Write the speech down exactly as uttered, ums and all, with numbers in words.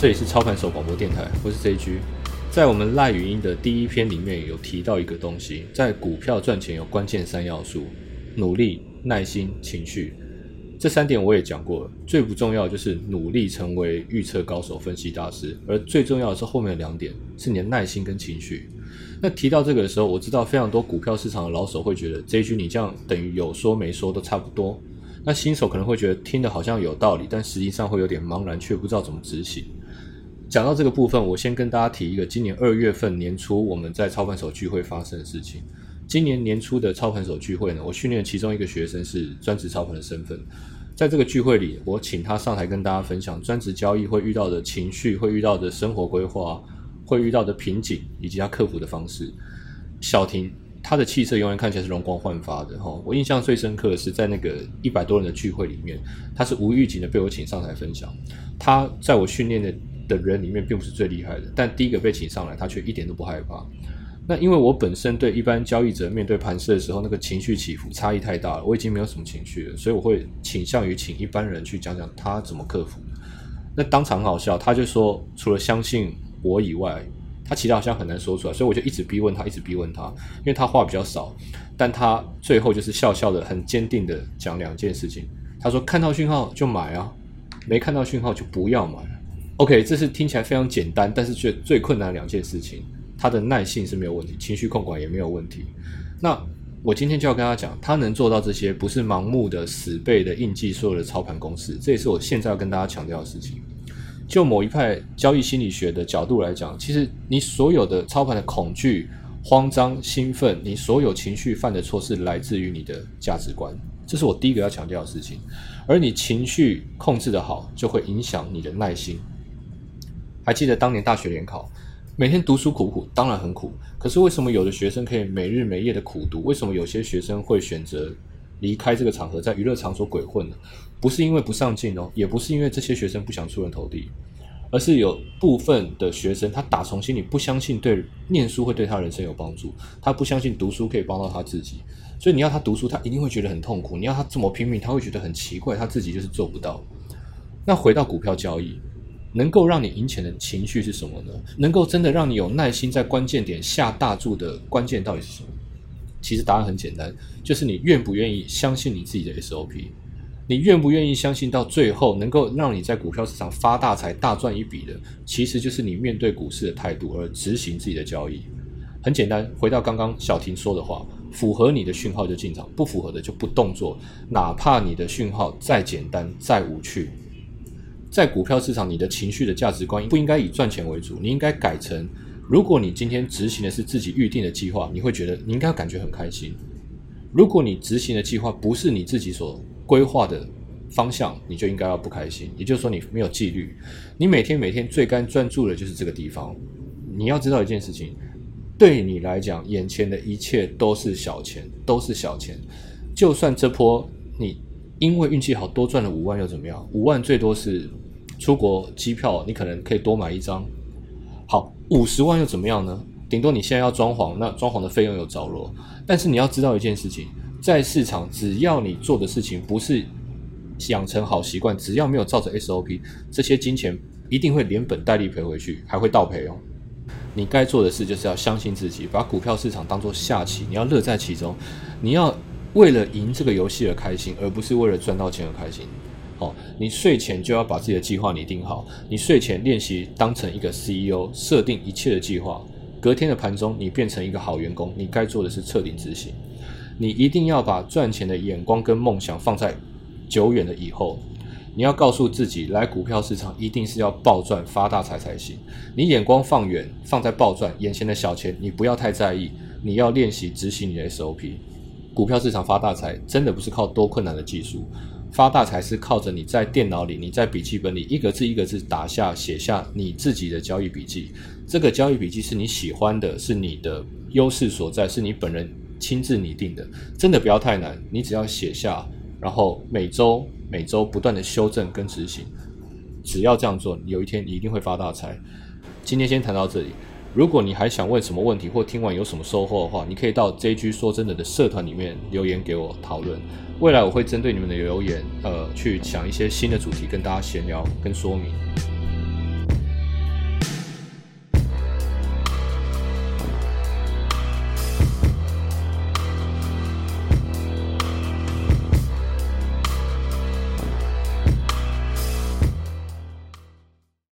这里是操盘手广播电台，我是 J G。在我们赖语音的第一篇里面有提到一个东西，在股票赚钱有关键三要素：努力、耐心、情绪。这三点我也讲过了，最不重要的就是努力成为预测高手、分析大师，而最重要的是后面的两点，是你的耐心跟情绪。那提到这个的时候，我知道非常多股票市场的老手会觉得 J G 你这样等于有说没说都差不多。那新手可能会觉得听得好像有道理，但实际上会有点茫然，却不知道怎么执行。讲到这个部分，我先跟大家提一个今年二月份年初我们在操盘手聚会发生的事情。今年年初的操盘手聚会呢，我训练其中一个学生是专职操盘的身份。在这个聚会里，我请他上台跟大家分享专职交易会遇到的情绪，会遇到的生活规划，会遇到的瓶颈，以及他克服的方式。小婷他的气色永远看起来是容光焕发的。我印象最深刻的是在那个一百多人的聚会里面，他是无预警的被我请上台分享。他在我训练的的人里面并不是最厉害的，但第一个被请上来，他却一点都不害怕。那因为我本身对一般交易者面对盘势的时候，那个情绪起伏差异太大了，我已经没有什么情绪了，所以我会倾向于请一般人去讲讲他怎么克服。那当场很好笑，他就说除了相信我以外，他其他好像很难说出来，所以我就一直逼问他，一直逼问他，因为他话比较少，但他最后就是笑笑的很坚定的讲两件事情。他说看到讯号就买啊，没看到讯号就不要买。OK， 这是听起来非常简单，但是却最困难的两件事情。他的耐性是没有问题，情绪控管也没有问题。那我今天就要跟他讲，他能做到这些，不是盲目的死背的印记所有的操盘公式，这也是我现在要跟大家强调的事情。就某一派交易心理学的角度来讲，其实你所有的操盘的恐惧、慌张、兴奋，你所有情绪犯的错是来自于你的价值观，这是我第一个要强调的事情。而你情绪控制的好，就会影响你的耐心。还记得当年大学联考，每天读书苦苦，当然很苦，可是为什么有的学生可以每日每夜的苦读？为什么有些学生会选择离开这个场合，在娱乐场所鬼混呢？不是因为不上进哦，也不是因为这些学生不想出人头地，而是有部分的学生他打从心里不相信对念书会对他人生有帮助，他不相信读书可以帮到他自己，所以你要他读书，他一定会觉得很痛苦，你要他这么拼命，他会觉得很奇怪，他自己就是做不到。那回到股票交易，能够让你赢钱的情绪是什么呢？能够真的让你有耐心在关键点下大注的关键到底是什么？其实答案很简单，就是你愿不愿意相信你自己的 S O P， 你愿不愿意相信到最后能够让你在股票市场发大财大赚一笔的，其实就是你面对股市的态度而执行自己的交易。很简单，回到刚刚小婷说的话，符合你的讯号就进场，不符合的就不动作，哪怕你的讯号再简单再无趣。在股票市场，你的情绪的价值观不应该以赚钱为主，你应该改成，如果你今天执行的是自己预定的计划，你会觉得你应该感觉很开心。如果你执行的计划不是你自己所规划的方向，你就应该要不开心，也就是说你没有纪律，你每天每天最该专注的就是这个地方。你要知道一件事情，对你来讲，眼前的一切都是小钱，都是小钱。就算这波你因为运气好多赚了五万又怎么样？五万最多是出国机票，你可能可以多买一张。好，五十万又怎么样呢？顶多你现在要装潢，那装潢的费用有着落。但是你要知道一件事情，在市场只要你做的事情不是养成好习惯，只要没有照着 S O P， 这些金钱一定会连本带利赔回去，还会倒赔哦。你该做的事就是要相信自己，把股票市场当作下棋，你要乐在其中，你要为了赢这个游戏而开心，而不是为了赚到钱而开心。哦，你睡前就要把自己的计划拟定好，你睡前练习当成一个 C E O， 设定一切的计划，隔天的盘中你变成一个好员工，你该做的是彻底执行。你一定要把赚钱的眼光跟梦想放在久远的以后，你要告诉自己，来股票市场一定是要暴赚发大财才行。你眼光放远，放在暴赚，眼前的小钱你不要太在意，你要练习执行你的 S O P。 股票市场发大财真的不是靠多困难的技术，发大财是靠着你在电脑里，你在笔记本里一个字一个字打下写下你自己的交易笔记。这个交易笔记是你喜欢的，是你的优势所在，是你本人亲自拟定的，真的不要太难，你只要写下，然后每周每周不断的修正跟执行，只要这样做，有一天你一定会发大财。今天先谈到这里，如果你还想问什么问题或听完有什么收获的话，你可以到 J G 说真的的社团里面留言给我讨论。未来我会针对你们的留言，呃，去想一些新的主题跟大家闲聊跟说明。